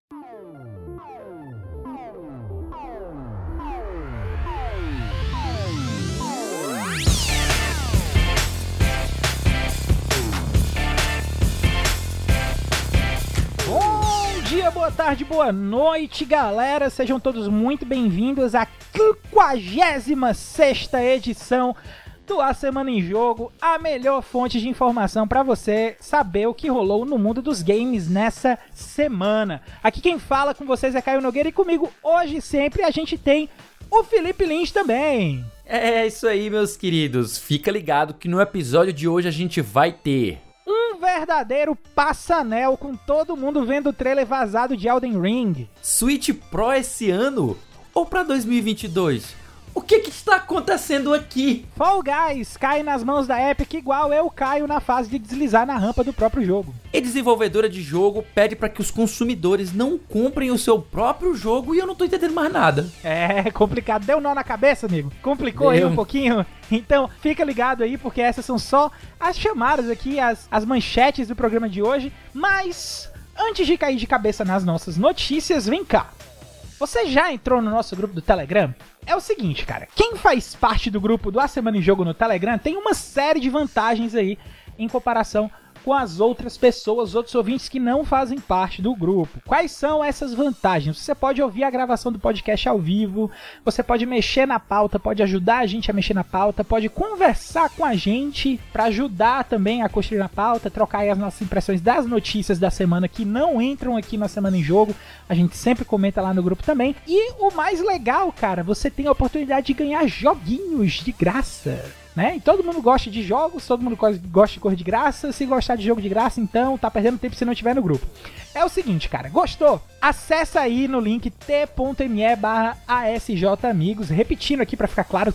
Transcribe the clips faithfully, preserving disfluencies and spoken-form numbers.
Boa tarde, boa noite, galera. Sejam todos muito bem-vindos à quinquagésima sexta edição do A Semana em Jogo, a melhor fonte de informação para você saber o que rolou no mundo dos games nessa semana. Aqui quem fala com vocês é Caio Nogueira e comigo hoje sempre a gente tem o Felipe Lins também. É isso aí, meus queridos. Fica ligado que no episódio de hoje a gente vai ter um verdadeiro passanel com todo mundo vendo o trailer vazado de Elden Ring. Switch Pro esse ano? Ou pra dois mil e vinte e dois? O que que está acontecendo aqui? Fall Guys cai nas mãos da Epic igual eu caio na fase de deslizar na rampa do próprio jogo. E desenvolvedora de jogo pede para que os consumidores não comprem o seu próprio jogo e eu não tô entendendo mais nada. É complicado. Deu nó na cabeça, amigo? Complicou Deu. aí um pouquinho? Então fica ligado aí porque essas são só as chamadas aqui, as, as manchetes do programa de hoje. Mas antes de cair de cabeça nas nossas notícias, vem cá. Você já entrou no nosso grupo do Telegram? É o seguinte, cara, quem faz parte do grupo do A Semana em Jogo no Telegram tem uma série de vantagens aí em comparação com as outras pessoas, outros ouvintes que não fazem parte do grupo. Quais são essas vantagens? Você pode ouvir a gravação do podcast ao vivo, você pode mexer na pauta, pode ajudar a gente a mexer na pauta, pode conversar com a gente para ajudar também a construir a pauta, trocar aí as nossas impressões das notícias da semana que não entram aqui na Semana em Jogo. A gente sempre comenta lá no grupo também. E o mais legal, cara, você tem a oportunidade de ganhar joguinhos de graça. Né? E todo mundo gosta de jogos, todo mundo gosta de coisa de graça. Se gostar de jogo de graça, então tá perdendo tempo se não estiver no grupo. É o seguinte, cara, gostou? Acessa aí no link t.me barra asjamigos. Repetindo aqui pra ficar claro,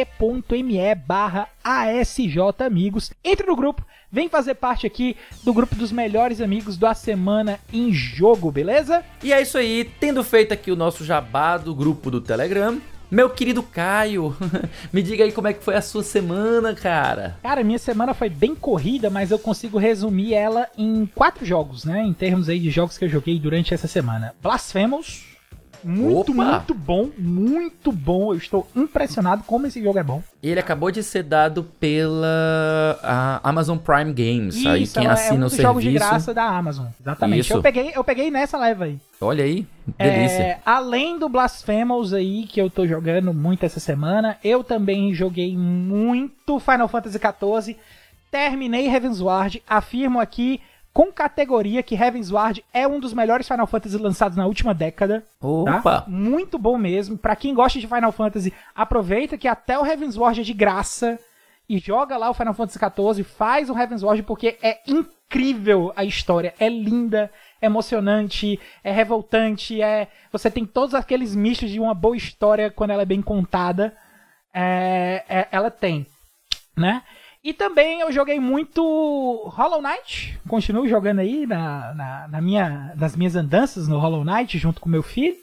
t.me barra asjamigos. Entre no grupo, vem fazer parte aqui do grupo dos melhores amigos do A Semana em Jogo, beleza? E é isso aí, tendo feito aqui o nosso jabá do grupo do Telegram, meu querido Caio, me diga aí como é que foi a sua semana, cara. Cara, minha semana foi bem corrida, mas eu consigo resumir ela em quatro jogos, né? Em termos aí de jogos que eu joguei durante essa semana. Blasphemous, muito, Opa. muito bom, muito bom. Eu estou impressionado como esse jogo é bom. Ele acabou de ser dado pela a Amazon Prime Games. Isso, aí quem assina é um dos o serviço... jogos de graça da Amazon, exatamente. Isso. Eu peguei, eu peguei nessa leva aí. Olha aí, delícia. É, além do Blasphemous aí, que eu tô jogando muito essa semana, eu também joguei muito Final Fantasy quatorze, terminei Heavensward, afirmo aqui com categoria que Heavensward é um dos melhores Final Fantasy lançados na última década. Opa! Tá? Muito bom mesmo. Pra quem gosta de Final Fantasy, aproveita que até o Heavensward é de graça e joga lá o Final Fantasy quatorze, faz o Heavensward porque é incrível a história, é linda, é emocionante, é revoltante, é... você tem todos aqueles mistos de uma boa história quando ela é bem contada. É... É... Ela tem, né? E também eu joguei muito Hollow Knight, continuo jogando aí na, na, na minha, nas minhas andanças no Hollow Knight junto com meu filho.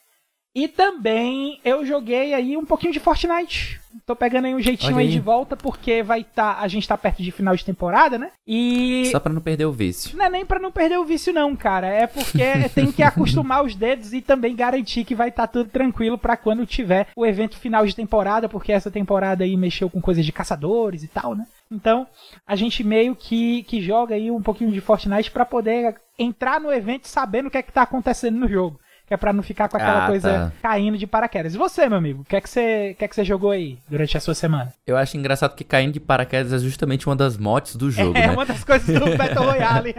E também eu joguei aí um pouquinho de Fortnite. Tô pegando aí um jeitinho aí. aí de volta, porque vai tá, a gente tá perto de final de temporada, né? E... Só pra não perder o vício. Não é nem pra não perder o vício não, cara. É porque tem que acostumar os dedos e também garantir que vai estar tá tudo tranquilo pra quando tiver o evento final de temporada, porque essa temporada aí mexeu com coisas de caçadores e tal, né? Então, a gente meio que, que joga aí um pouquinho de Fortnite pra poder entrar no evento sabendo o que é que tá acontecendo no jogo. Que é pra não ficar com aquela ah, coisa tá. caindo de paraquedas. E você, meu amigo? O que é que você, que é que você jogou aí durante a sua semana? Eu acho engraçado que caindo de paraquedas é justamente uma das mods do jogo, é, né? É uma das coisas do Battle Royale.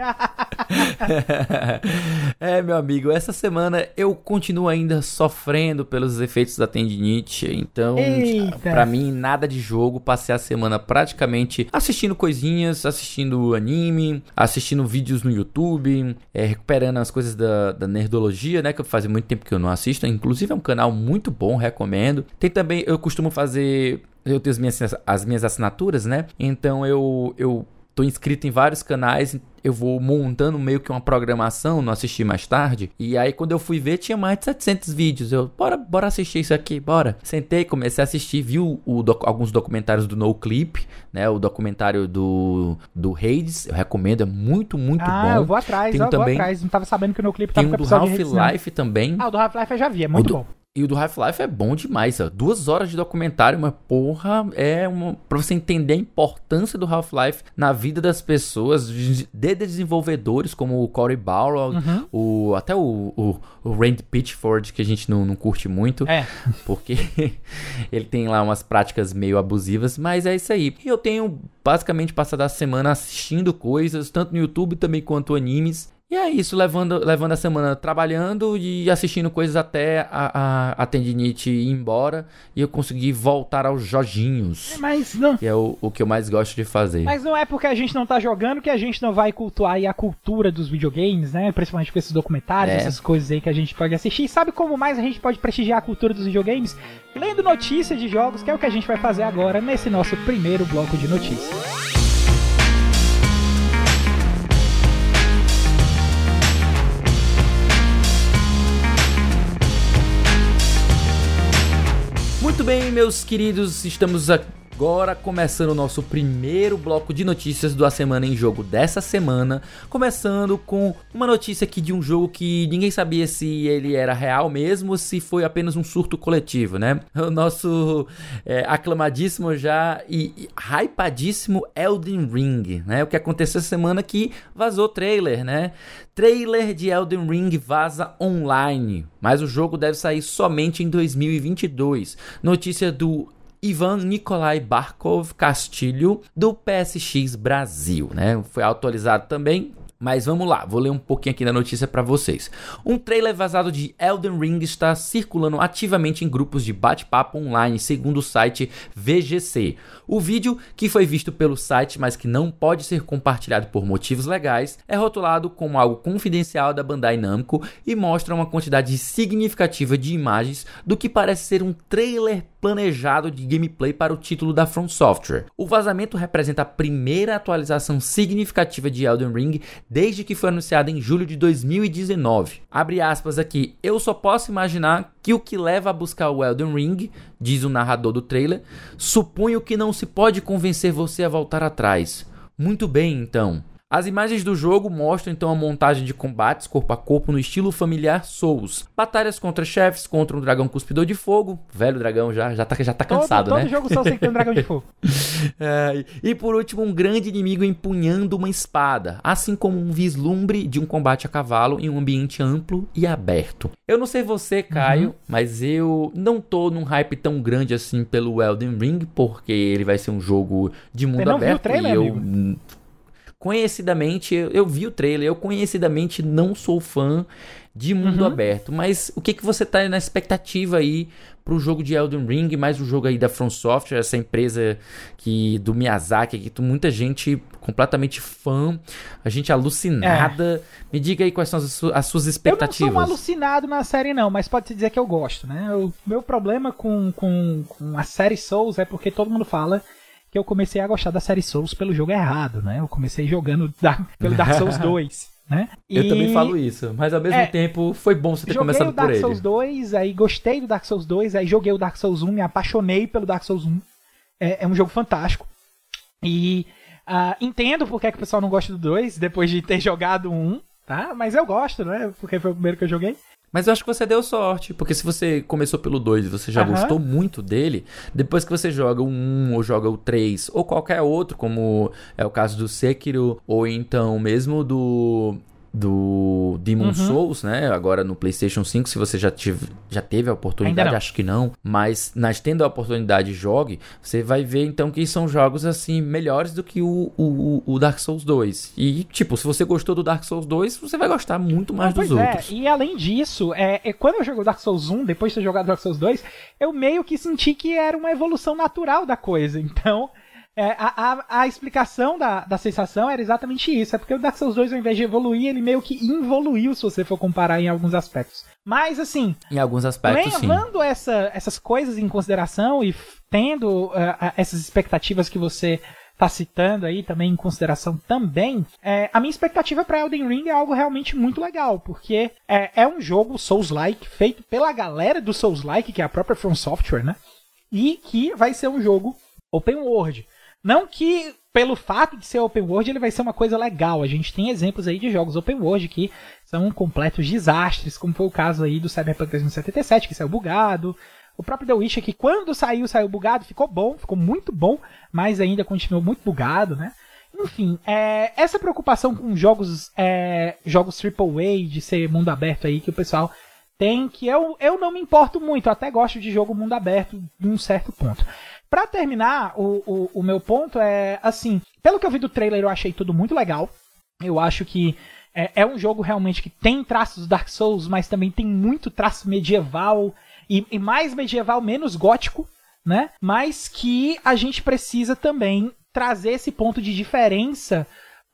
É, meu amigo, essa semana eu continuo ainda sofrendo pelos efeitos da tendinite. Então, Eita. pra mim, nada de jogo. Passei a semana praticamente assistindo coisinhas, assistindo anime, assistindo vídeos no YouTube, é, recuperando as coisas da, da nerdologia, né? Que eu faz muito tempo que eu não assisto, inclusive é um canal muito bom, recomendo. Tem também, eu costumo fazer, eu tenho as minhas, as minhas assinaturas, né? Então eu, eu tô inscrito em vários canais, eu vou montando meio que uma programação no Assistir Mais Tarde, e aí quando eu fui ver tinha mais de setecentos vídeos, eu, bora, bora assistir isso aqui, bora. Sentei, comecei a assistir, vi o, o doc, alguns documentários do NoClip, né, o documentário do, do Hades, eu recomendo, é muito, muito ah, bom. Ah, eu vou atrás, tem eu também, vou atrás, não tava sabendo que o NoClip tava com com o episódio do Half-Life também. Ah, o do Half-Life eu já vi, é muito do, bom. E o do Half-Life é bom demais, ó. Duas horas de documentário, mas porra, é uma, pra você entender a importância do Half-Life na vida das pessoas, de desenvolvedores como o Cory Barlog, uhum. o, até o, o, o Randy Pitchford, que a gente não, não curte muito, é. porque ele tem lá umas práticas meio abusivas, mas é isso aí. E eu tenho basicamente passado a semana assistindo coisas, tanto no YouTube também quanto animes. E é isso, levando, levando a semana trabalhando e assistindo coisas até a, a, a tendinite ir embora e eu conseguir voltar aos joguinhos. Mas não... Que é o, o que eu mais gosto de fazer. Mas não é porque a gente não tá jogando que a gente não vai cultuar aí a cultura dos videogames, né? Principalmente com esses documentários, é. essas coisas aí que a gente pode assistir. E sabe como mais a gente pode prestigiar a cultura dos videogames? Lendo notícias de jogos, que é o que a gente vai fazer agora nesse nosso primeiro bloco de notícias. Muito bem, meus queridos, estamos agora começando o nosso primeiro bloco de notícias do A Semana em Jogo dessa semana, começando com uma notícia aqui de um jogo que ninguém sabia se ele era real mesmo ou se foi apenas um surto coletivo, né? O nosso é, aclamadíssimo já e, e hypadíssimo Elden Ring, né? O que aconteceu essa semana que vazou trailer, né? Trailer de Elden Ring vaza online, mas o jogo deve sair somente em dois mil e vinte e dois. Notícia do Ivan Nikolai Barkov Castilho, do P S X Brasil, né? Foi atualizado também. Mas vamos lá, vou ler um pouquinho aqui da notícia para vocês. Um trailer vazado de Elden Ring está circulando ativamente em grupos de bate-papo online, segundo o site V G C. O vídeo, que foi visto pelo site, mas que não pode ser compartilhado por motivos legais, é rotulado como algo confidencial da Bandai Namco e mostra uma quantidade significativa de imagens do que parece ser um trailer planejado de gameplay para o título da From Software. O vazamento representa a primeira atualização significativa de Elden Ring desde que foi anunciado em julho de dois mil e dezenove. Abre aspas aqui, eu só posso imaginar que o que leva a buscar o Elden Ring, diz o narrador do trailer, suponho que não se pode convencer você a voltar atrás. Muito bem, então. As imagens do jogo mostram então a montagem de combates corpo a corpo no estilo familiar Souls. Batalhas contra chefes, contra um dragão cuspidor de fogo. Velho dragão já, já tá, já tá cansado, todo, né? Todo jogo Souls tem que ter um dragão de fogo. É, e por último, um grande inimigo empunhando uma espada. Assim como um vislumbre de um combate a cavalo em um ambiente amplo e aberto. Eu não sei você, Caio, uhum. mas eu não tô num hype tão grande assim pelo Elden Ring, porque ele vai ser um jogo de mundo você não aberto. Viu o trailer, e eu... amigo? Conhecidamente, eu, eu vi o trailer, eu conhecidamente não sou fã de mundo uhum. aberto, mas o que, que você tá na expectativa aí pro jogo de Elden Ring, mais o jogo aí da From Software, essa empresa que, do Miyazaki, que tem muita gente completamente fã, a gente alucinada. É. Me diga aí quais são as, su- as suas expectativas. Eu não sou um alucinado na série não, mas pode-se dizer que eu gosto, né? O meu problema com, com, com a série Souls é porque todo mundo fala que eu comecei a gostar da série Souls pelo jogo errado, né? Eu comecei jogando da, pelo Dark Souls dois, né? Eu e... também falo isso, mas ao mesmo é, tempo foi bom você ter começado por ele. Joguei o Dark Souls dois, aí gostei do Dark Souls dois, aí joguei o Dark Souls um, me apaixonei pelo Dark Souls um. É, é um jogo fantástico. E uh, entendo porque é que o pessoal não gosta do dois, depois de ter jogado um, tá? Mas eu gosto, né? Porque foi o primeiro que eu joguei. Mas eu acho que você deu sorte, porque se você começou pelo dois e você já uhum. gostou muito dele, depois que você joga o um ou joga o três ou qualquer outro, como é o caso do Sekiro, ou então mesmo do... do Demon uhum. Souls, né? Agora no PlayStation cinco, se você já, tive, já teve a oportunidade, acho que não, mas nas tendo a oportunidade, jogue, você vai ver então que são jogos assim melhores do que o, o, o Dark Souls dois. E tipo, se você gostou do Dark Souls dois, você vai gostar muito mais não, dos pois outros. É. E além disso, é, é, quando eu joguei o Dark Souls um, depois de ter jogado o Dark Souls dois, eu meio que senti que era uma evolução natural da coisa. Então... É, a, a, a explicação da, da sensação era exatamente isso. É porque o Dark Souls dois, ao invés de evoluir, ele meio que involuiu, se você for comparar em alguns aspectos. Mas, assim... Em alguns aspectos, sim. Levando essa, essas coisas em consideração e tendo uh, essas expectativas que você tá citando aí também em consideração também, é, a minha expectativa para Elden Ring é algo realmente muito legal, porque é, é um jogo Souls-like feito pela galera do Souls-like, que é a própria From Software, né? E que vai ser um jogo open world. Não que pelo fato de ser open world ele vai ser uma coisa legal. A gente tem exemplos aí de jogos open world que são completos desastres, como foi o caso aí do Cyberpunk dois mil e setenta e sete, que saiu bugado. O próprio The Witcher, que quando saiu, saiu bugado, ficou bom, ficou muito bom, mas ainda continuou muito bugado, né? Enfim, é, essa preocupação com jogos, é, jogos triple A, de ser mundo aberto aí, que o pessoal tem, que eu, eu não me importo muito, eu até gosto de jogo mundo aberto em um certo ponto. Pra terminar, o, o, o meu ponto é, assim, pelo que eu vi do trailer, eu achei tudo muito legal. Eu acho que é, é um jogo realmente que tem traços Dark Souls, mas também tem muito traço medieval, e, e mais medieval, menos gótico, né? Mas que a gente precisa também trazer esse ponto de diferença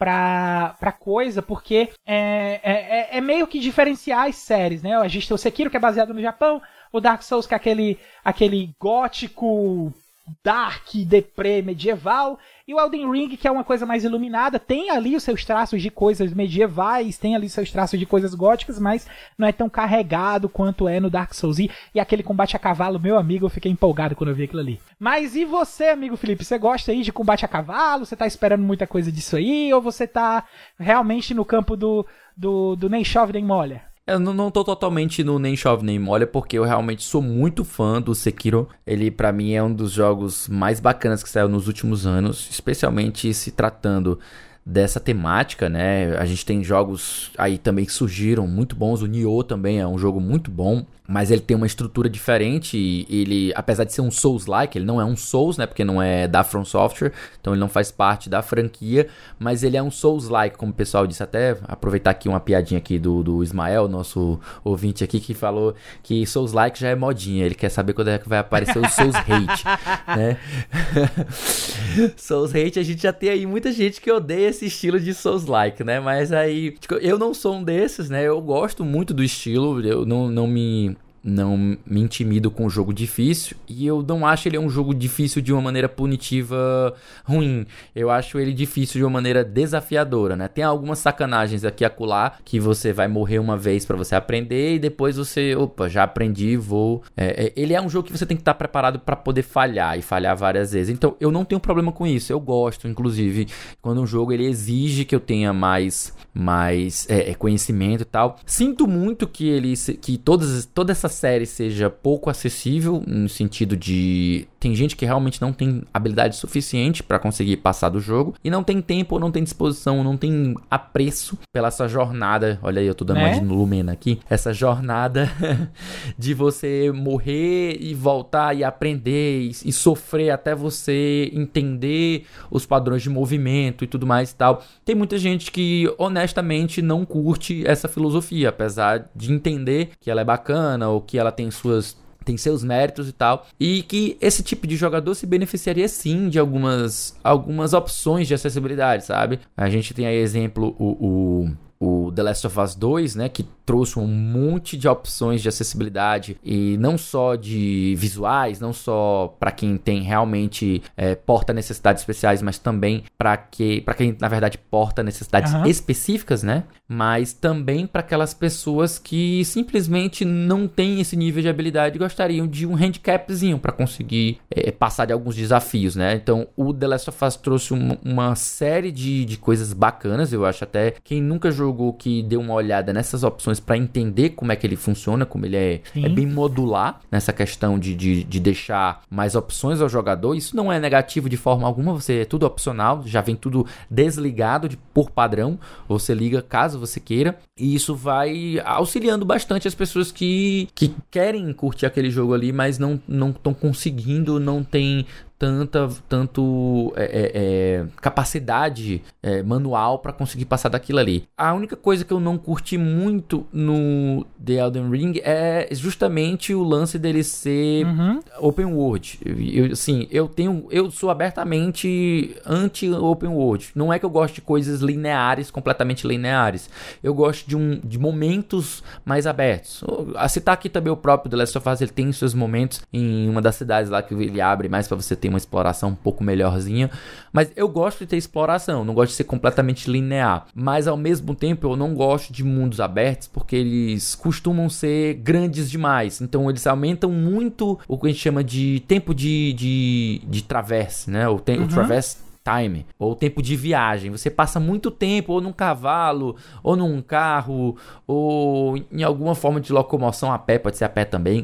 pra, pra coisa, porque é, é, é meio que diferenciar as séries, né? A gente tem o Sekiro, que é baseado no Japão, o Dark Souls, que é aquele, aquele gótico dark, deprê, medieval, e o Elden Ring, que é uma coisa mais iluminada, tem ali os seus traços de coisas medievais, tem ali os seus traços de coisas góticas, mas não é tão carregado quanto é no Dark Souls. E, e aquele combate a cavalo, meu amigo, eu fiquei empolgado quando eu vi aquilo ali. Mas e você, amigo Felipe, você gosta aí de combate a cavalo? Você tá esperando muita coisa disso aí? Ou você tá realmente no campo do, do, do nem chove nem molha? Eu não, não tô totalmente no nem chove nem molha, porque eu realmente sou muito fã do Sekiro. Ele, pra mim, é um dos jogos mais bacanas que saiu nos últimos anos, especialmente se tratando dessa temática, né? A gente tem jogos aí também que surgiram muito bons. O Nioh também é um jogo muito bom, mas ele tem uma estrutura diferente e ele, apesar de ser um Souls-like, ele não é um Souls, né? Porque não é da From Software, então ele não faz parte da franquia, mas ele é um Souls-like, como o pessoal disse. Até aproveitar aqui uma piadinha aqui do, do Ismael, nosso ouvinte aqui, que falou que Souls-like já é modinha, ele quer saber quando é que vai aparecer o Souls-hate, né? Souls-hate, a gente já tem aí muita gente que odeia esse estilo de Souls-like, né? Mas aí, tipo, eu não sou um desses, né? Eu gosto muito do estilo, eu não, não me... não me intimido com um jogo difícil, e eu não acho ele um jogo difícil de uma maneira punitiva ruim. Eu acho ele difícil de uma maneira desafiadora, né? Tem algumas sacanagens aqui e acolá que você vai morrer uma vez pra você aprender e depois você, opa, já aprendi, vou... É, é, ele é um jogo que você tem que estar preparado pra poder falhar e falhar várias vezes. Então eu não tenho problema com isso. Eu gosto, inclusive, quando um jogo ele exige que eu tenha mais, mais é, conhecimento e tal. Sinto muito que ele que todas, toda essa série seja pouco acessível, no sentido de... tem gente que realmente não tem habilidade suficiente para conseguir passar do jogo, e não tem tempo, não tem disposição, não tem apreço pela essa jornada. Olha aí, eu tô dando né? uma de Lumena aqui. Essa jornada de você morrer e voltar e aprender e, e sofrer até você entender os padrões de movimento e tudo mais e tal. Tem muita gente que honestamente não curte essa filosofia, apesar de entender que ela é bacana ou que ela tem suas tem seus méritos e tal, e que esse tipo de jogador se beneficiaria sim de algumas, algumas opções de acessibilidade, sabe? A gente tem aí exemplo o, o, o The Last of Us dois, né, que trouxe um monte de opções de acessibilidade, e não só de visuais, não só para quem tem realmente é, porta necessidades especiais, mas também para que, para quem na verdade porta necessidades uhum. específicas, né? Mas também para aquelas pessoas que simplesmente não têm esse nível de habilidade e gostariam de um handicapzinho para conseguir é, passar de alguns desafios, né? Então o The Last of Us trouxe um, uma série de, de coisas bacanas. Eu acho até quem nunca jogou que deu uma olhada nessas opções para entender como é que ele funciona, como ele é, é bem modular nessa questão de, de, de deixar mais opções ao jogador. Isso não é negativo de forma alguma, você é tudo opcional, já vem tudo desligado de, por padrão, você liga caso você queira, e isso vai auxiliando bastante as pessoas que, que querem curtir aquele jogo ali, mas não estão conseguindo, não tem tanta tanto é, é, é, capacidade é, manual para conseguir passar daquilo ali. A única coisa que eu não curti muito no The Elden Ring é justamente o lance dele ser uhum. open world. Eu, assim, eu tenho, eu sou abertamente anti-open world. Não é que eu gosto de coisas lineares, completamente lineares. Eu gosto de, um, de momentos mais abertos. A citar aqui também o próprio The Last of Us, ele tem seus momentos em uma das cidades lá que ele abre mais para você ter uma exploração um pouco melhorzinha. Mas eu gosto de ter exploração, não gosto de ser completamente linear. Mas ao mesmo tempo eu não gosto de mundos abertos porque eles costumam ser grandes demais. Então eles aumentam muito o que a gente chama de tempo de, de, de traverse, né? O, te- uhum. o traverse time, ou tempo de viagem. Você passa muito tempo ou num cavalo, ou num carro, ou em alguma forma de locomoção a pé, pode ser a pé também,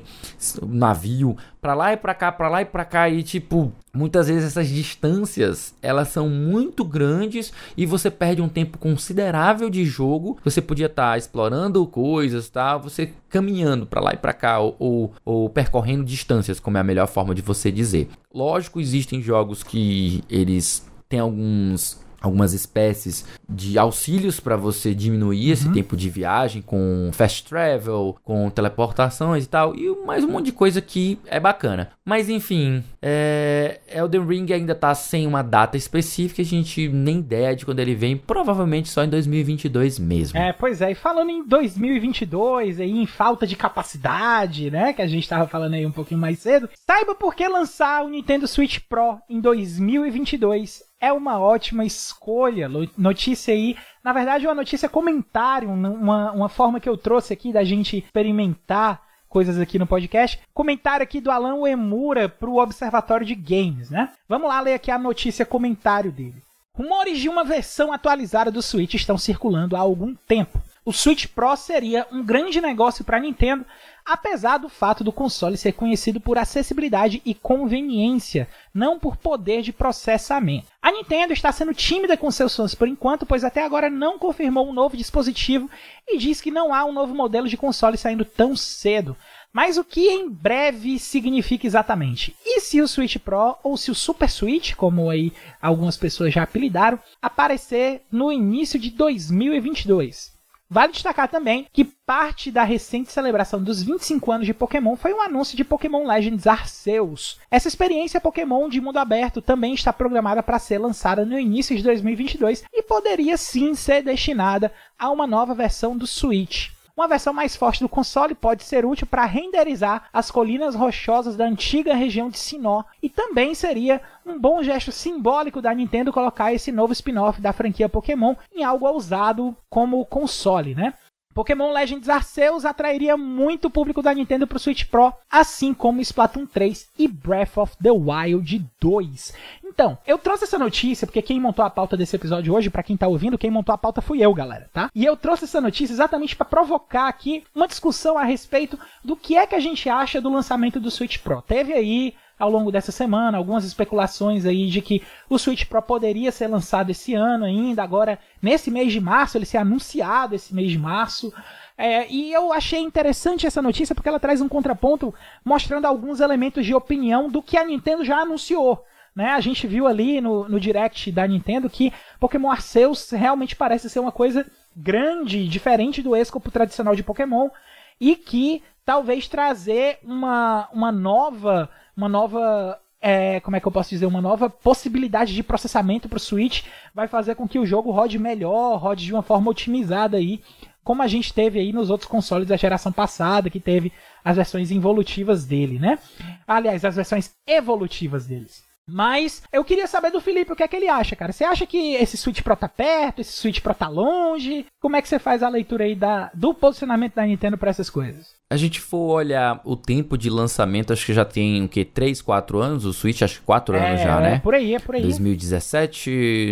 navio, pra lá e pra cá, pra lá e pra cá, e tipo, muitas vezes essas distâncias, elas são muito grandes e você perde um tempo considerável de jogo. Você podia estar tá explorando coisas, tá? Você caminhando pra lá e pra cá, ou, ou, ou percorrendo distâncias, como é a melhor forma de você dizer. Lógico, existem jogos que eles têm alguns... algumas espécies de auxílios para você diminuir uhum. esse tempo de viagem, com fast travel, com teleportações e tal, e mais um monte de coisa que é bacana. Mas enfim, é... Elden Ring ainda tá sem uma data específica, a gente nem ideia de quando ele vem, provavelmente só em dois mil e vinte e dois mesmo. É, pois é, e falando em dois mil e vinte e dois, aí, em falta de capacidade, né, que a gente tava falando aí um pouquinho mais cedo, saiba por que lançar o Nintendo Switch Pro em dois mil e vinte e dois é uma ótima escolha. Notícia aí, na verdade é uma notícia comentário, uma, uma forma que eu trouxe aqui da gente experimentar coisas aqui no podcast. Comentário aqui do Alan Uemura pro Observatório de Games, né? Vamos lá ler aqui a notícia comentário dele. Rumores de uma versão atualizada do Switch estão circulando há algum tempo. O Switch Pro seria um grande negócio para a Nintendo, apesar do fato do console ser conhecido por acessibilidade e conveniência, não por poder de processamento. A Nintendo está sendo tímida com seus fãs por enquanto, pois até agora não confirmou um novo dispositivo e diz que não há um novo modelo de console saindo tão cedo. Mas o que em breve significa exatamente? E se o Switch Pro, ou se o Super Switch, como aí algumas pessoas já apelidaram, aparecer no início de dois mil e vinte e dois? Vale destacar também que parte da recente celebração dos vinte e cinco anos de Pokémon foi um anúncio de Pokémon Legends Arceus. Essa experiência Pokémon de mundo aberto também está programada para ser lançada no início de dois mil e vinte e dois e poderia sim ser destinada a uma nova versão do Switch. Uma versão mais forte do console pode ser útil para renderizar as colinas rochosas da antiga região de Sinnoh, e também seria um bom gesto simbólico da Nintendo colocar esse novo spin-off da franquia Pokémon em algo ousado como o console, né? Pokémon Legends Arceus atrairia muito o público da Nintendo para o Switch Pro, assim como Splatoon três e Breath of the Wild dois. Então, eu trouxe essa notícia porque quem montou a pauta desse episódio hoje, pra quem tá ouvindo, quem montou a pauta fui eu, galera, tá? E eu trouxe essa notícia exatamente pra provocar aqui uma discussão a respeito do que é que a gente acha do lançamento do Switch Pro. Teve aí, ao longo dessa semana, algumas especulações aí de que o Switch Pro poderia ser lançado esse ano ainda, agora nesse mês de março, ele ser anunciado esse mês de março. É, e eu achei interessante essa notícia porque ela traz um contraponto mostrando alguns elementos de opinião do que a Nintendo já anunciou. Né? A gente viu ali no, no Direct da Nintendo que Pokémon Arceus realmente parece ser uma coisa grande, diferente do escopo tradicional de Pokémon, e que talvez trazer uma, uma nova, uma nova é, como é que eu posso dizer, uma nova possibilidade de processamento para o Switch vai fazer com que o jogo rode melhor, rode de uma forma otimizada aí, como a gente teve aí nos outros consoles da geração passada, que teve as versões involutivas dele, né? Aliás, as versões evolutivas deles. Mas eu queria saber do Felipe o que é que ele acha, cara. Você acha que esse Switch Pro tá perto, esse Switch Pro tá longe? Como é que você faz a leitura aí da, do posicionamento da Nintendo pra essas coisas? A gente for olhar o tempo de lançamento, acho que já tem o quê? três, quatro anos? O Switch, acho que quatro é, anos já, né? É, por aí, é por aí. dois mil e dezessete...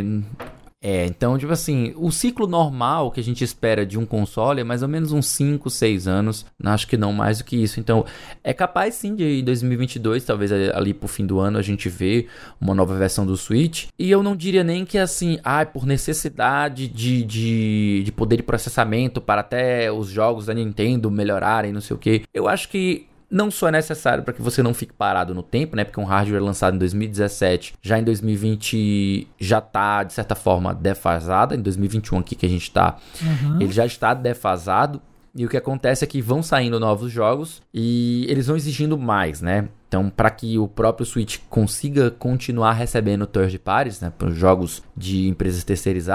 É, então, tipo assim, o ciclo normal que a gente espera de um console é mais ou menos uns cinco, seis anos, acho que não mais do que isso. Então, é capaz sim de em dois mil e vinte e dois, talvez ali pro fim do ano, a gente vê uma nova versão do Switch. E eu não diria nem que assim, ah, por necessidade de, de, de poder de processamento para até os jogos da Nintendo melhorarem, não sei o que. Eu acho que não só é necessário para que você não fique parado no tempo, né? Porque um hardware lançado em dois mil e dezessete, já em dois mil e vinte já tá, de certa forma, defasado. Em dois mil e vinte e um aqui que a gente tá, uhum. ele já está defasado. E o que acontece é que vão saindo novos jogos e eles vão exigindo mais, né? Então, para que o próprio Switch consiga continuar recebendo third parties, né, para os jogos de empresas terceirizadas,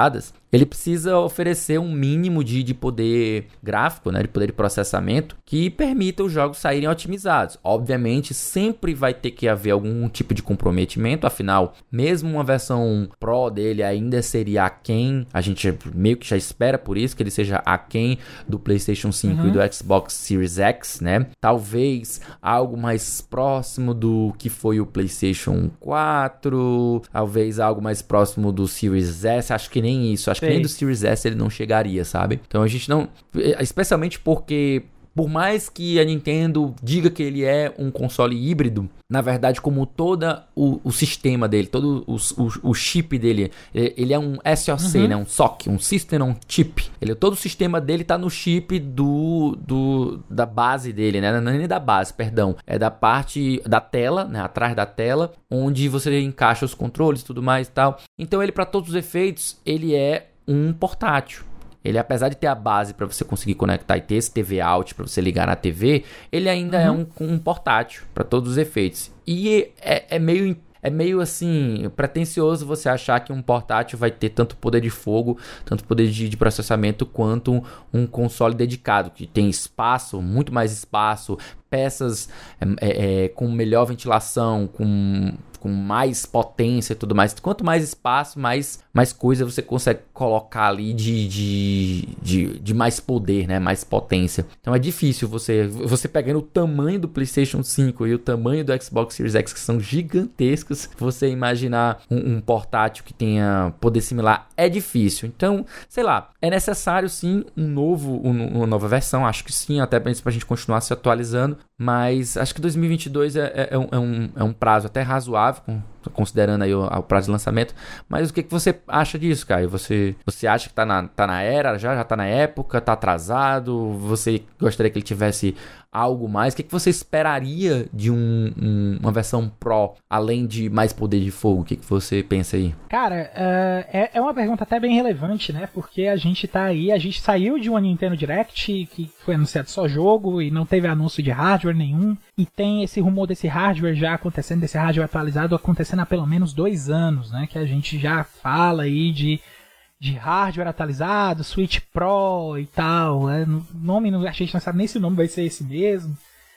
ele precisa oferecer um mínimo de, de poder gráfico, né, de poder de processamento, que permita os jogos saírem otimizados. Obviamente, sempre vai ter que haver algum tipo de comprometimento, afinal, mesmo uma versão Pro dele ainda seria aquém, a gente meio que já espera por isso, que ele seja aquém do PlayStation cinco uhum. e do Xbox Series X, né? Talvez algo mais próximo do que foi o PlayStation quatro, talvez algo mais próximo do Series S, acho que nem isso, acho Sim. que nem do Series S ele não chegaria, sabe? Então a gente não... Especialmente porque... Por mais que a Nintendo diga que ele é um console híbrido, na verdade, como todo o, o sistema dele, todo o, o, o chip dele, ele é um S O C, uhum. né? Um S O C, um System on Chip. Ele, todo o sistema dele tá no chip do, do, da base dele, né? Não é nem da base, perdão. É da parte da tela, né? Atrás da tela, onde você encaixa os controles e tudo mais e tal. Então, ele, para todos os efeitos, ele é um portátil. Ele, apesar de ter a base para você conseguir conectar e ter esse T V out para você ligar na T V, ele ainda uhum. é um, um portátil para todos os efeitos. E é, é, meio, é meio assim, pretencioso você achar que um portátil vai ter tanto poder de fogo, tanto poder de, de processamento quanto um, um console dedicado, que tem espaço, muito mais espaço, peças é, é, com melhor ventilação, com... com mais potência e tudo mais. Quanto mais espaço, mais, mais coisa você consegue colocar ali de, de, de, de mais poder, né? Mais potência. Então é difícil você, você pegando o tamanho do PlayStation cinco e o tamanho do Xbox Series X, que são gigantescos, você imaginar um, um portátil que tenha poder similar é difícil. Então, sei lá, é necessário sim um novo, um, uma nova versão, acho que sim, até pra gente continuar se atualizando, mas acho que dois mil e vinte e dois é, é, é, um, é, um, é um prazo até razoável, considerando aí o, o prazo de lançamento. Mas o que, que você acha disso, Caio? Você, você acha que tá na, tá na era, já, já tá na época, tá atrasado? Você gostaria que ele tivesse algo mais? O que, que você esperaria de um, um, uma versão Pro, além de mais poder de fogo? O que, que você pensa aí? Cara, uh, é, é uma pergunta até bem relevante, né? Porque a gente tá aí, a gente saiu de uma Nintendo Direct, que foi anunciado só jogo e não teve anúncio de hardware nenhum. E tem esse rumor desse hardware já acontecendo, desse hardware atualizado acontecendo há pelo menos dois anos, né? Que a gente já fala aí de, de hardware atualizado, Switch Pro e tal. Né? O nome, a gente não sabe nem se o nome vai ser esse mesmo.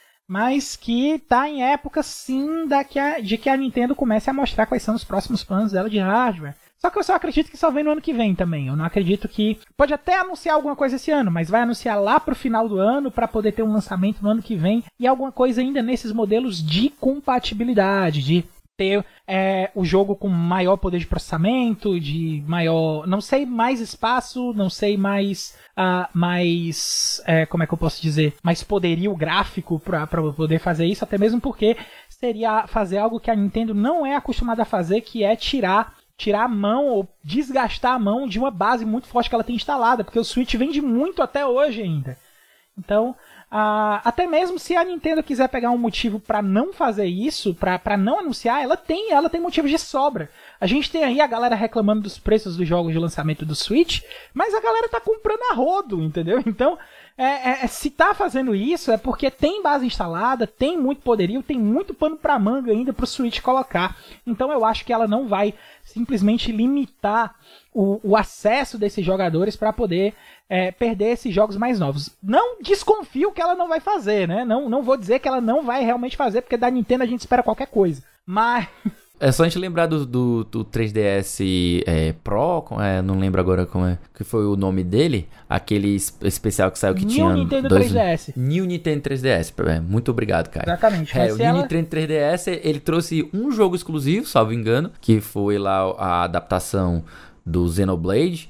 Mas que tá em época, sim, da que a, de que a Nintendo comece a mostrar quais são os próximos planos dela de hardware. Só que eu só acredito que só vem no ano que vem também. Eu não acredito que... Pode até anunciar alguma coisa esse ano, mas vai anunciar lá pro final do ano para poder ter um lançamento no ano que vem. E alguma coisa ainda nesses modelos de compatibilidade, de ter é, o jogo com maior poder de processamento, de maior... Não sei, mais espaço, não sei, mais... Uh, mais... É, como é que eu posso dizer? Mais poderio gráfico para poder fazer isso, até mesmo porque seria fazer algo que a Nintendo não é acostumada a fazer, que é tirar... tirar a mão ou desgastar a mão de uma base muito forte que ela tem instalada, porque o Switch vende muito até hoje ainda. Então, uh, até mesmo se a Nintendo quiser pegar um motivo para não fazer isso, para não anunciar, ela tem, ela tem motivos de sobra. A gente tem aí a galera reclamando dos preços dos jogos de lançamento do Switch, mas a galera tá comprando a rodo, entendeu? Então, é, é, se tá fazendo isso é porque tem base instalada, tem muito poderio, tem muito pano pra manga ainda pro Switch colocar. Então eu acho que ela não vai simplesmente limitar o, o acesso desses jogadores para poder é, perder esses jogos mais novos. Não desconfio que ela não vai fazer, né? Não, não vou dizer que ela não vai realmente fazer, porque da Nintendo a gente espera qualquer coisa. Mas... É só a gente lembrar do, do, do três D S é, Pro, é, não lembro agora como é, que foi o nome dele, aquele especial que saiu que New tinha... New Nintendo dois, três D S. New Nintendo três D S, muito obrigado, cara. Exatamente. É, o New ela... Nintendo três D S, ele trouxe um jogo exclusivo, salvo engano, que foi lá a adaptação do Xenoblade,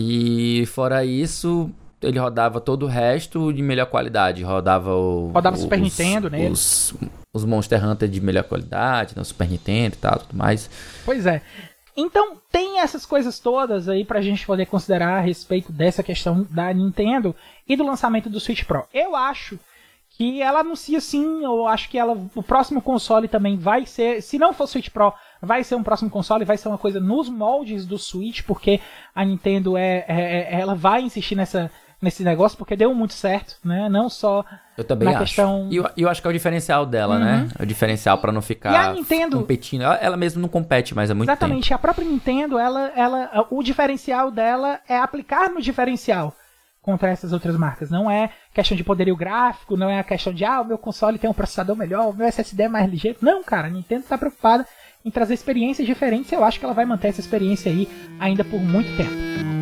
e fora isso... ele rodava todo o resto de melhor qualidade. Rodava o... Rodava o, Super os, Nintendo, né? Os, os Monster Hunter de melhor qualidade, no Super Nintendo e tal, tudo mais. Pois é. Então, tem essas coisas todas aí pra gente poder considerar a respeito dessa questão da Nintendo e do lançamento do Switch Pro. Eu acho que ela anuncia sim, eu acho que ela, o próximo console também vai ser, se não for Switch Pro, vai ser um próximo console, vai ser uma coisa nos moldes do Switch, porque a Nintendo é, é ela vai insistir nessa nesse negócio, porque deu muito certo, né? Não só eu também na acho. questão... E eu, eu acho que é o diferencial dela, uhum. né? É o diferencial pra não ficar Nintendo... competindo. Ela, ela mesma não compete mais há muito Exatamente. tempo. A própria Nintendo, ela, ela, o diferencial dela é aplicar no diferencial contra essas outras marcas. Não é questão de poderio gráfico, não é a questão de, ah, o meu console tem um processador melhor, o meu S S D é mais ligeiro. Não, cara, a Nintendo tá preocupada em trazer experiências diferentes e eu acho que ela vai manter essa experiência aí ainda por muito tempo.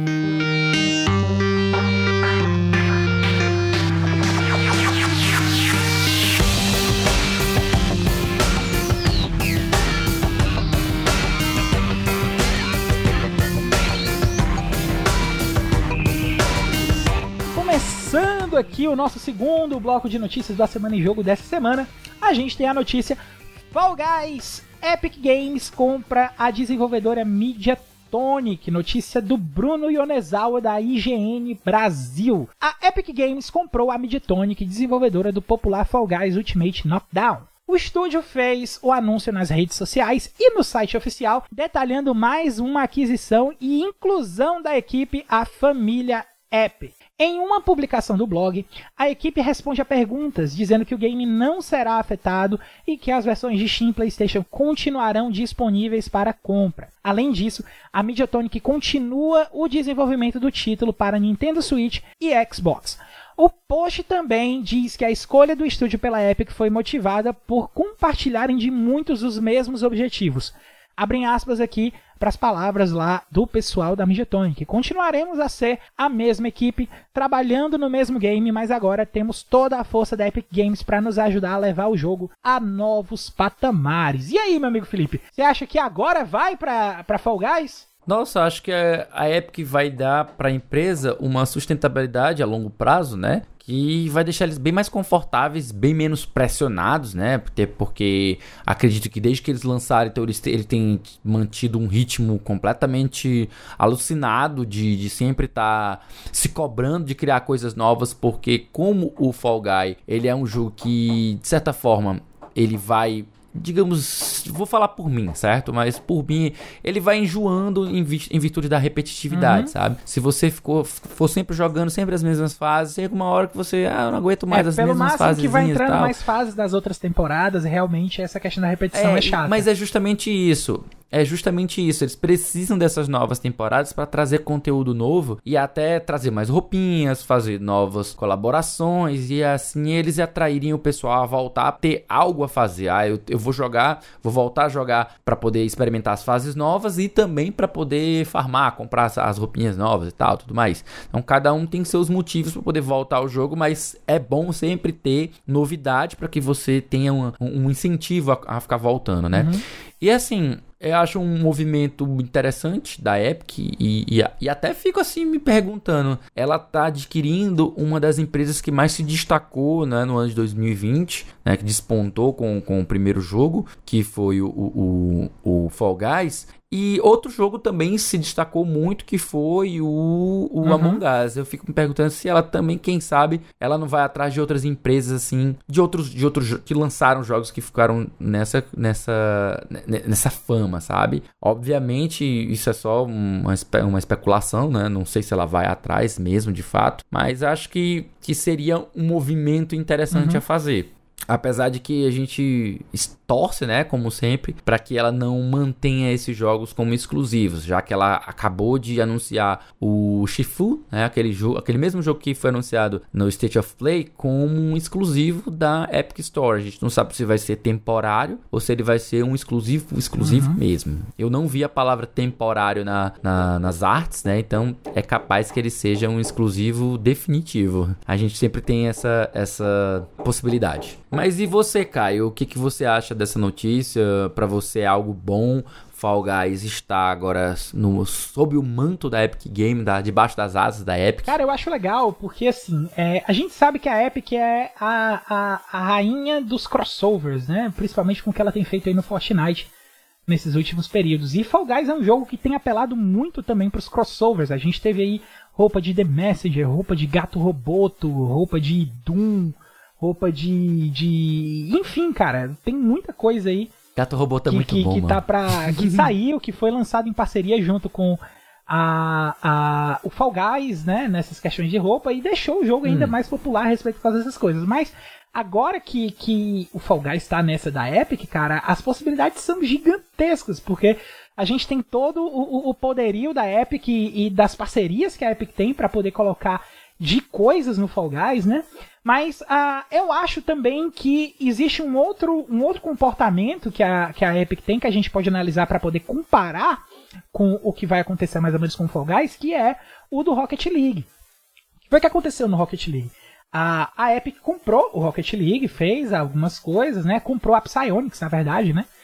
Começando aqui o nosso segundo bloco de notícias da Semana em Jogo dessa semana, a gente tem a notícia Fall Guys, Epic Games compra a desenvolvedora Mediatonic, notícia do Bruno Yonezawa da I G N Brasil. A Epic Games comprou a Mediatonic, desenvolvedora do popular Fall Guys Ultimate Knockdown. O estúdio fez o anúncio nas redes sociais e no site oficial, detalhando mais uma aquisição e inclusão da equipe à família Epic. Em uma publicação do blog, a equipe responde a perguntas, dizendo que o game não será afetado e que as versões de Steam e PlayStation continuarão disponíveis para compra. Além disso, a Mediatonic continua o desenvolvimento do título para Nintendo Switch e Xbox. O post também diz que a escolha do estúdio pela Epic foi motivada por compartilharem de muitos os mesmos objetivos. Abrem aspas aqui para as palavras lá do pessoal da Mediatonic. Continuaremos a ser a mesma equipe, trabalhando no mesmo game, mas agora temos toda a força da Epic Games para nos ajudar a levar o jogo a novos patamares. E aí, meu amigo Felipe, você acha que agora vai para para Fall Guys? Nossa, acho que a Epic vai dar para a empresa uma sustentabilidade a longo prazo, né? Que vai deixar eles bem mais confortáveis, bem menos pressionados, né? Porque, porque acredito que desde que eles lançaram, então eles, ele tem mantido um ritmo completamente alucinado de, de sempre estar tá se cobrando de criar coisas novas, porque como o Fall Guy, ele é um jogo que, de certa forma, ele vai... digamos, vou falar por mim, certo? Mas por mim, ele vai enjoando em, vi- em virtude da repetitividade, uhum. sabe? Se você ficou, for sempre jogando sempre as mesmas fases, chega uma hora que você, ah, eu não aguento mais é, as mesmas fases. Pelo máximo que vai entrando mais fases das outras temporadas, realmente essa questão da repetição é, é chata. Mas é justamente isso. É justamente isso, eles precisam dessas novas temporadas para trazer conteúdo novo e até trazer mais roupinhas, fazer novas colaborações e assim eles atraírem o pessoal a voltar a ter algo a fazer. Ah, eu, eu vou jogar, vou voltar a jogar para poder experimentar as fases novas e também para poder farmar, comprar as, as roupinhas novas e tal, tudo mais. Então cada um tem seus motivos para poder voltar ao jogo, mas é bom sempre ter novidade para que você tenha um, um incentivo a, a ficar voltando, né? Uhum. E assim... eu acho um movimento interessante da Epic e, e, e até fico assim me perguntando, ela tá adquirindo uma das empresas que mais se destacou, né, no ano de dois mil e vinte, né, que despontou com, com o primeiro jogo, que foi o, o, o, o Fall Guys. E outro jogo também se destacou muito, que foi o, o uhum. Among Us. Eu fico me perguntando se ela também, quem sabe, ela não vai atrás de outras empresas, assim, de outros, de outros que lançaram jogos que ficaram nessa, nessa, nessa fama, sabe? Obviamente, isso é só uma, uma especulação, né? Não sei se ela vai atrás mesmo, de fato. Mas acho que, que seria um movimento interessante uhum. a fazer. Apesar de que a gente torce, né, como sempre, para que ela não mantenha esses jogos como exclusivos, já que ela acabou de anunciar o Shifu, né, aquele, jogo, aquele mesmo jogo que foi anunciado no State of Play, como um exclusivo da Epic Store. A gente não sabe se vai ser temporário ou se ele vai ser um exclusivo, exclusivo uhum. mesmo. Eu não vi a palavra temporário na, na, nas artes, né, então é capaz que ele seja um exclusivo definitivo. A gente sempre tem essa, essa possibilidade. Mas e você, Caio? O que, que você acha dessa notícia? Pra você é algo bom? Fall Guys está agora no, sob o manto da Epic Games, da, debaixo das asas da Epic? Cara, eu acho legal, porque assim, é, a gente sabe que a Epic é a, a, a rainha dos crossovers, né? Principalmente com o que ela tem feito aí no Fortnite nesses últimos períodos. E Fall Guys é um jogo que tem apelado muito também pros crossovers. A gente teve aí roupa de The Messenger, roupa de Gato Roboto, roupa de Doom... roupa de, de... enfim, cara, tem muita coisa aí. Gato Robô tá que, muito que, bom, que mano. Tá pra, que saiu, que foi lançado em parceria junto com a, a, o Fall Guys, né, nessas questões de roupa, e deixou o jogo ainda hum. mais popular a respeito de fazer essas coisas. Mas agora que, que o Fall Guys está nessa da Epic, cara, as possibilidades são gigantescas, porque a gente tem todo o, o poderio da Epic e, e das parcerias que a Epic tem para poder colocar de coisas no Fall Guys, né? Mas uh, eu acho também que existe um outro, um outro comportamento que a, que a Epic tem, que a gente pode analisar para poder comparar com o que vai acontecer mais ou menos com o Fall Guys, que é o do Rocket League. O que foi que aconteceu no Rocket League? A, a Epic comprou o Rocket League, fez algumas coisas, né? Comprou a Psyonix, na verdade, né?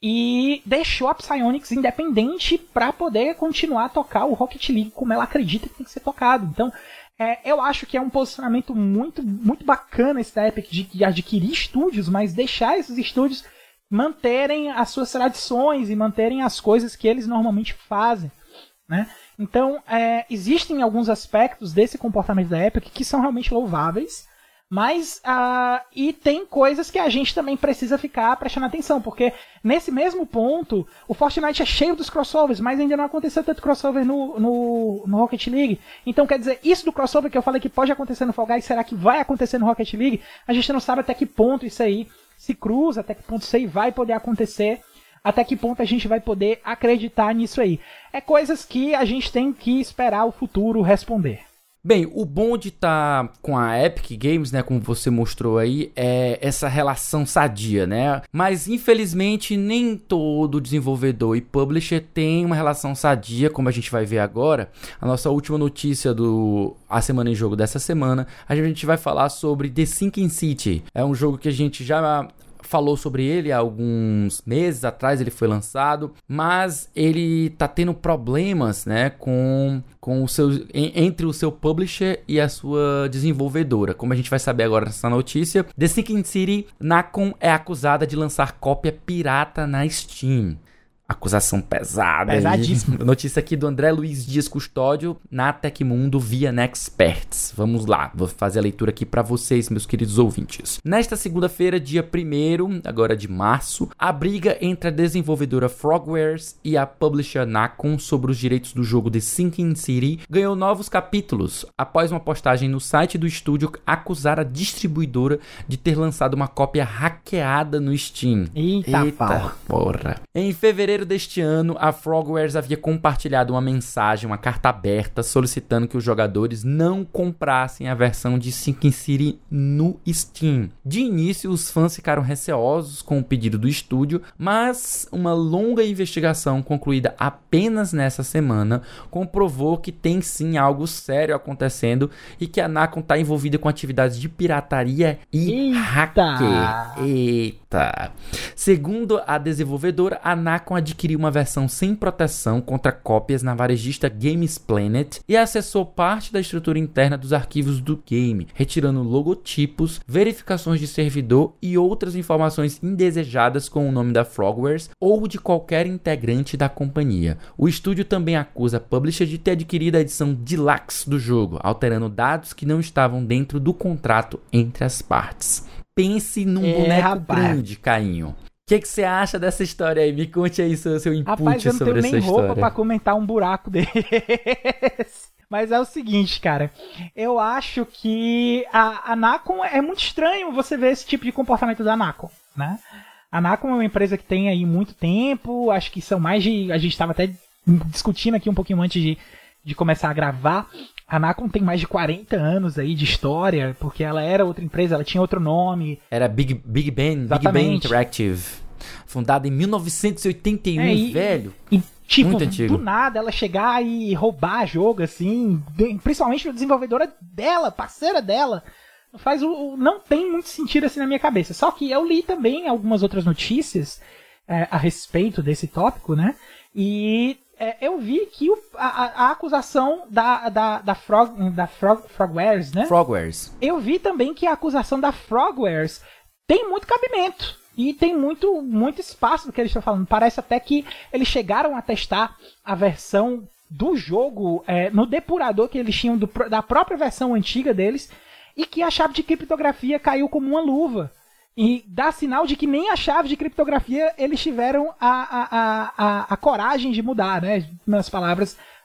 E deixou a Psyonix independente para poder continuar a tocar o Rocket League como ela acredita que tem que ser tocado. Então, é, eu acho que é um posicionamento muito, muito bacana esse da Epic de adquirir estúdios, mas deixar esses estúdios manterem as suas tradições e manterem as coisas que eles normalmente fazem, né? Então, é, existem alguns aspectos desse comportamento da Epic que são realmente louváveis, mas uh, e tem coisas que a gente também precisa ficar prestando atenção, porque nesse mesmo ponto, o Fortnite é cheio dos crossovers, mas ainda não aconteceu tanto crossover no, no, no Rocket League. Então, quer dizer, isso do crossover que eu falei que pode acontecer no Fall Guys, será que vai acontecer no Rocket League? A gente não sabe até que ponto isso aí se cruza, até que ponto isso aí vai poder acontecer, até que ponto a gente vai poder acreditar nisso aí. É coisas que a gente tem que esperar o futuro responder. Bem, o bom de estar tá com a Epic Games, né, como você mostrou aí, é essa relação sadia, né? Mas, infelizmente, nem todo desenvolvedor e publisher tem uma relação sadia, como a gente vai ver agora. A nossa última notícia do A Semana em Jogo dessa semana, a gente vai falar sobre The Sinking City. É um jogo que a gente já falou sobre ele há alguns meses atrás, ele foi lançado, mas ele tá tendo problemas, né, com, com o seu, entre o seu publisher e a sua desenvolvedora. Como a gente vai saber agora nessa notícia, The Sinking City, Nacon é acusada de lançar cópia pirata na Steam. Acusação pesada. Pesadíssima. Notícia aqui do André Luiz Dias Custódio, na Tecmundo, via Nexperts. Vamos lá, vou fazer a leitura aqui para vocês, meus queridos ouvintes. Nesta segunda-feira, dia primeiro, agora de março, a briga entre a desenvolvedora Frogwares e a publisher Nacon sobre os direitos do jogo The Sinking City ganhou novos capítulos, após uma postagem no site do estúdio acusar a distribuidora de ter lançado uma cópia hackeada no Steam. Eita, Eita porra. Em fevereiro deste ano, a Frogwares havia compartilhado uma mensagem, uma carta aberta, solicitando que os jogadores não comprassem a versão de Sinking City no Steam. De início, os fãs ficaram receosos com o pedido do estúdio, mas uma longa investigação concluída apenas nessa semana comprovou que tem sim algo sério acontecendo e que a Nacon está envolvida com atividades de pirataria e Eita. hacker. Eita! Segundo a desenvolvedora, a Nacon adquiriu uma versão sem proteção contra cópias na varejista Games Planet e acessou parte da estrutura interna dos arquivos do game, retirando logotipos, verificações de servidor e outras informações indesejadas com o nome da Frogwares ou de qualquer integrante da companhia. O estúdio também acusa a publisher de ter adquirido a edição Deluxe do jogo, alterando dados que não estavam dentro do contrato entre as partes. Pense num é, boneco rapaz. grande, Cainho. O que você acha dessa história aí? Me conte aí seu, seu input Rapaz, eu não sobre tenho essa nem história. roupa pra comentar um buraco desse. Mas é o seguinte, cara. Eu acho que a, a Nacon é muito estranho você ver esse tipo de comportamento da Nacon, né? A Nacon é uma empresa que tem aí muito tempo. Acho que são mais de... A gente estava até discutindo aqui um pouquinho antes de, de começar a gravar. A Nacon tem mais de quarenta anos aí de história, porque ela era outra empresa, ela tinha outro nome. Era Big, Big Ben, Big Ben Interactive. Fundada em mil novecentos e oitenta e um, é, e, velho. E, tipo, muito antigo. Do nada ela chegar e roubar jogo, assim, principalmente a desenvolvedora dela, parceira dela. Faz o, não tem muito sentido assim na minha cabeça. Só que eu li também algumas outras notícias é, a respeito desse tópico, né? E... É, eu vi que o, a, a acusação da, da, da, Frog, da Frog, Frogwares, né? Frogwares. Eu vi também que a acusação da Frogwares tem muito cabimento. E tem muito, muito espaço do que eles estão falando. Parece até que eles chegaram a testar a versão do jogo é, no depurador que eles tinham do, da própria versão antiga deles. E que a chave de criptografia caiu como uma luva. E dá sinal de que nem a chave de criptografia eles tiveram a, a, a, a, a coragem de mudar, né? Nas palavras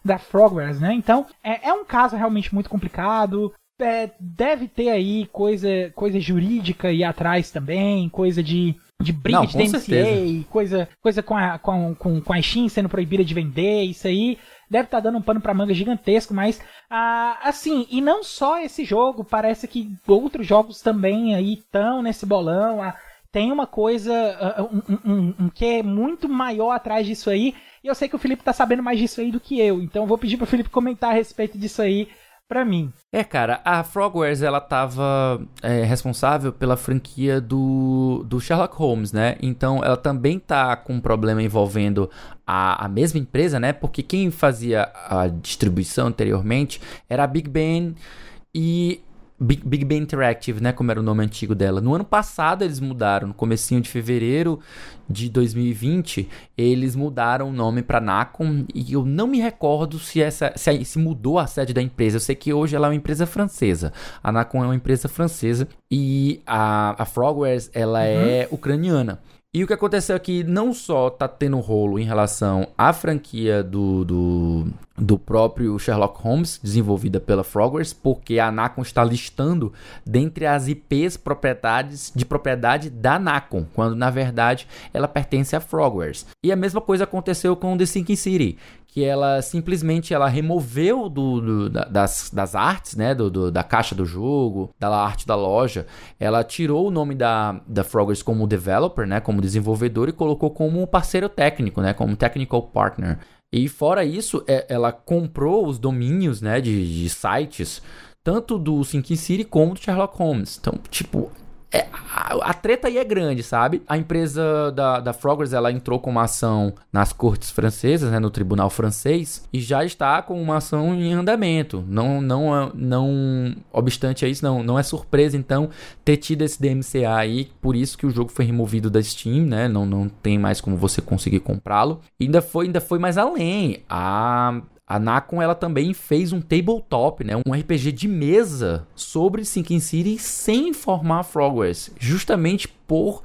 da Frogwares, né? Então, é, é um caso realmente muito complicado. É, deve ter aí coisa, coisa jurídica aí atrás também, coisa de, de briga Não, de D M C A, certeza. coisa, coisa com, a, com, com, com a Steam sendo proibida de vender, isso aí deve estar tá dando um pano pra manga gigantesco, mas ah, assim, e não só esse jogo, parece que outros jogos também aí estão nesse bolão, ah, tem uma coisa, uh, um, um, um que é muito maior atrás disso aí, e eu sei que o Felipe tá sabendo mais disso aí do que eu, então eu vou pedir pro Felipe comentar a respeito disso aí pra mim. É, cara, a Frogwares, ela tava é, responsável pela franquia do, do Sherlock Holmes, né? Então, ela também tá com um problema envolvendo a, a mesma empresa, né? Porque quem fazia a distribuição anteriormente era a Big Ben e... Big, Big Ben Interactive, né, como era o nome antigo dela. No ano passado eles mudaram, no comecinho de fevereiro de dois mil e vinte, eles mudaram o nome para Nacon, e eu não me recordo se, essa, se, se mudou a sede da empresa. Eu sei que hoje ela é uma empresa francesa. A Nacon é uma empresa francesa e a, a Frogwares, ela uhum. é ucraniana. E o que aconteceu aqui, não só tá tendo rolo em relação à franquia do, do, do próprio Sherlock Holmes, desenvolvida pela Frogwares, porque a Nacon está listando dentre as I Ps propriedades de propriedade da Nacon, quando na verdade ela pertence à Frogwares. E a mesma coisa aconteceu com The Sinking City, que ela simplesmente ela removeu do, do, das, das artes, né, do, do, da caixa do jogo, da arte da loja, ela tirou o nome da, da Frogwares como developer, né, como desenvolvedor, e colocou como parceiro técnico, né, como technical partner. E fora isso, é, ela comprou os domínios, né, de, de sites, tanto do Sinking City como do Sherlock Holmes. Então, tipo... É, a, a treta aí é grande, sabe? A empresa da, da Frogwares, ela entrou com uma ação nas cortes francesas, né, no tribunal francês, e já está com uma ação em andamento. Não, não, não obstante a isso, não, não é surpresa, então, ter tido esse D M C A aí, por isso que o jogo foi removido da Steam, né? Não, não tem mais como você conseguir comprá-lo. E ainda foi, ainda foi mais além. A... A Nacon, ela também fez um tabletop, né, um R P G de mesa sobre Sinking City sem informar a Frogwares, justamente por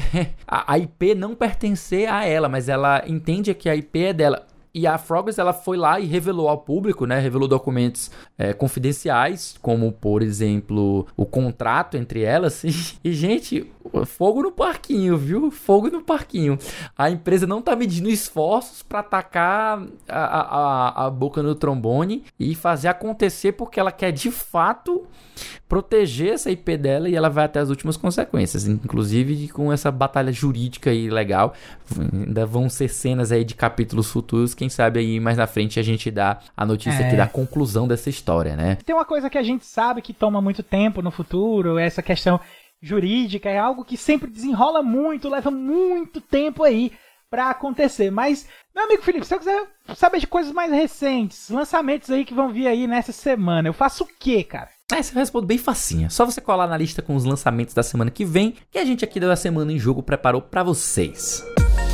a I P não pertencer a ela, mas ela entende que a I P é dela. E a Frogwares, ela foi lá e revelou ao público, né? Revelou documentos é, confidenciais, como, por exemplo, o contrato entre elas. E, e, gente, fogo no parquinho, viu? Fogo no parquinho. A empresa não tá medindo esforços para atacar a, a, a boca no trombone e fazer acontecer, porque ela quer, de fato, proteger essa I P dela, e ela vai até as últimas consequências. Inclusive, com essa batalha jurídica aí legal. Ainda vão ser cenas aí de capítulos futuros. Quem sabe aí mais na frente a gente dá a notícia é. aqui da conclusão dessa história, né? Tem uma coisa que a gente sabe que toma muito tempo no futuro, essa questão jurídica, é algo que sempre desenrola muito, leva muito tempo aí pra acontecer. Mas, meu amigo Felipe, se eu quiser saber de coisas mais recentes, lançamentos aí que vão vir aí nessa semana, eu faço o quê, cara? Essa eu respondo bem facinha. Só você colar na lista com os lançamentos da semana que vem, que a gente aqui da Semana em Jogo preparou pra vocês.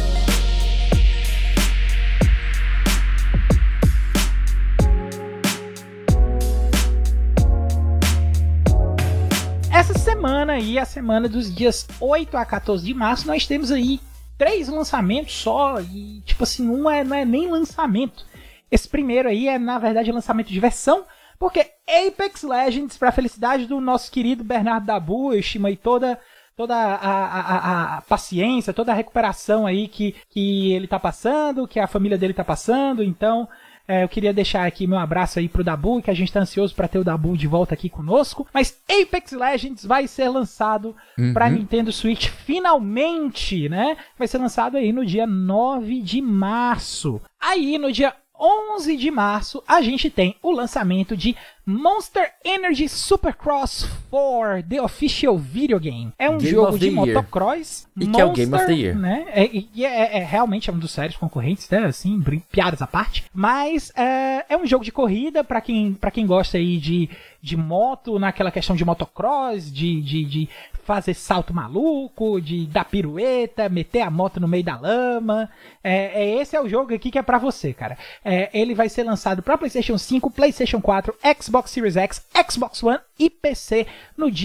Essa semana aí, a semana dos dias oito a quatorze de março, nós temos aí três lançamentos só, e tipo assim, um é, não é nem lançamento. Esse primeiro aí é, na verdade, lançamento de versão, porque Apex Legends, para a felicidade do nosso querido Bernardo Dabu, eu estimo aí toda, toda a, a, a, a paciência, toda a recuperação aí que, que ele tá passando, que a família dele tá passando, então... É, eu queria deixar aqui meu abraço aí pro Dabu, que a gente tá ansioso pra ter o Dabu de volta aqui conosco. Mas Apex Legends vai ser lançado uhum. pra Nintendo Switch finalmente, né? Vai ser lançado aí no dia nove de março. Aí no dia onze de março a gente tem o lançamento de Monster Energy Supercross quatro, The Official Video Game. É um Game jogo de motocross. E Monster, que é o Game of the Year. Né? É, é, é, é realmente é um dos sérios concorrentes, né? Assim, piadas à parte. Mas é, é um jogo de corrida pra quem, pra quem gosta aí de, de moto, naquela questão de motocross, de, de, de fazer salto maluco, de dar pirueta, meter a moto no meio da lama. É, é, esse é o jogo aqui que é pra você, cara. É, ele vai ser lançado pra PlayStation cinco, PlayStation quatro, Xbox Series X, Xbox One e P C no dia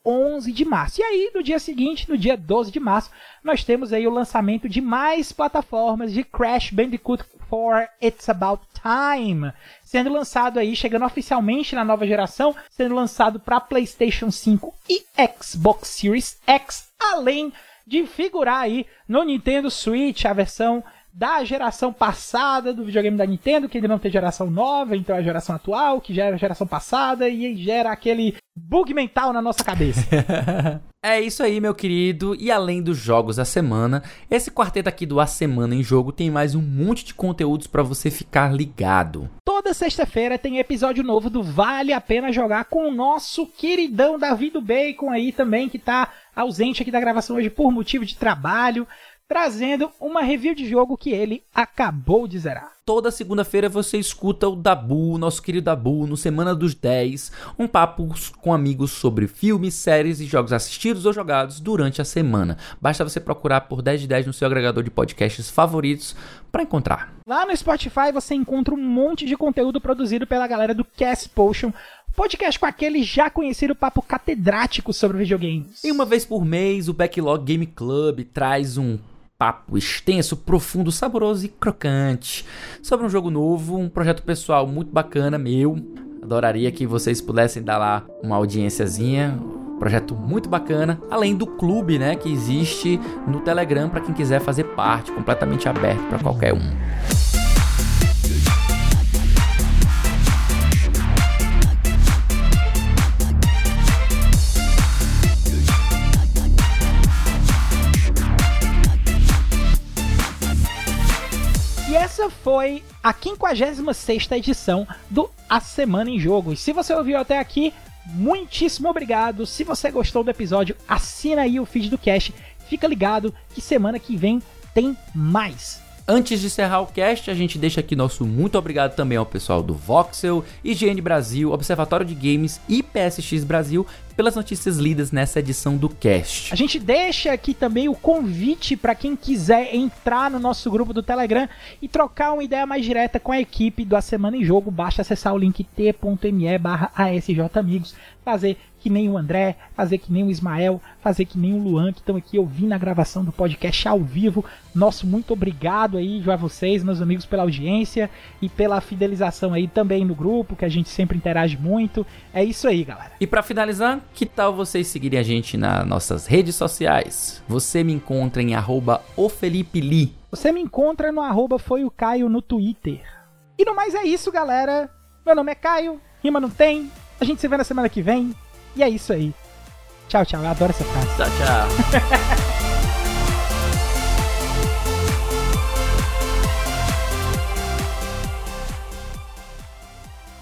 onze de março. E aí, no dia seguinte, no dia doze de março, nós temos aí o lançamento de mais plataformas de Crash Bandicoot quatro It's About Time, sendo lançado aí, chegando oficialmente na nova geração, sendo lançado para PlayStation cinco e Xbox Series X, além de figurar aí no Nintendo Switch, a versão da geração passada do videogame da Nintendo, que ainda não tem geração nova, então é a geração atual, que gera a geração passada, e gera aquele bug mental na nossa cabeça. É isso aí, meu querido. E além dos jogos da semana, esse quarteto aqui do A Semana em Jogo tem mais um monte de conteúdos pra você ficar ligado. Toda sexta-feira tem episódio novo do Vale a Pena Jogar com o nosso queridão Davi do Bacon aí também, que tá ausente aqui da gravação hoje por motivo de trabalho, trazendo uma review de jogo que ele acabou de zerar. Toda segunda-feira você escuta o Dabu, nosso querido Dabu, no Semana dos dez, um papo com amigos sobre filmes, séries e jogos assistidos ou jogados durante a semana. Basta você procurar por dez de dez no seu agregador de podcasts favoritos para encontrar. Lá no Spotify você encontra um monte de conteúdo produzido pela galera do Cast Potion, podcast com aquele já conhecido papo catedrático sobre videogames. E uma vez por mês, o Backlog Game Club traz um papo extenso, profundo, saboroso e crocante sobre um jogo novo, um projeto pessoal muito bacana meu. Adoraria que vocês pudessem dar lá uma audiênciazinha. Projeto muito bacana, além do clube, né, que existe no Telegram para quem quiser fazer parte, completamente aberto para qualquer um. E essa foi a quinquagésima sexta edição do A Semana em Jogo. E se você ouviu até aqui, muitíssimo obrigado. Se você gostou do episódio, assina aí o feed do Cast. Fica ligado que semana que vem tem mais. Antes de encerrar o cast, a gente deixa aqui nosso muito obrigado também ao pessoal do Voxel, I G N Brasil, Observatório de Games e P S X Brasil pelas notícias lidas nessa edição do cast. A gente deixa aqui também o convite para quem quiser entrar no nosso grupo do Telegram e trocar uma ideia mais direta com a equipe do A Semana em Jogo. Basta acessar o link t.me barra asjamigos, fazer que nem o André, fazer que nem o Ismael, fazer que nem o Luan, que estão aqui ouvindo a gravação do podcast ao vivo. Nosso muito obrigado aí a vocês, meus amigos, pela audiência e pela fidelização aí também no grupo, que a gente sempre interage muito. É isso aí, galera. E para finalizar, que tal vocês seguirem a gente nas nossas redes sociais? Você me encontra em arroba ofelipeli. Você me encontra no arroba foi o Caio no Twitter. E no mais é isso, galera. Meu nome é Caio, rima não tem. A gente se vê na semana que vem. E é isso aí. Tchau, tchau. Eu adoro essa frase. Tchau, tchau.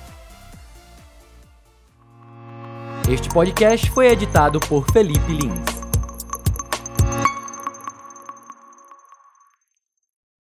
Este podcast foi editado por Felipe Lins.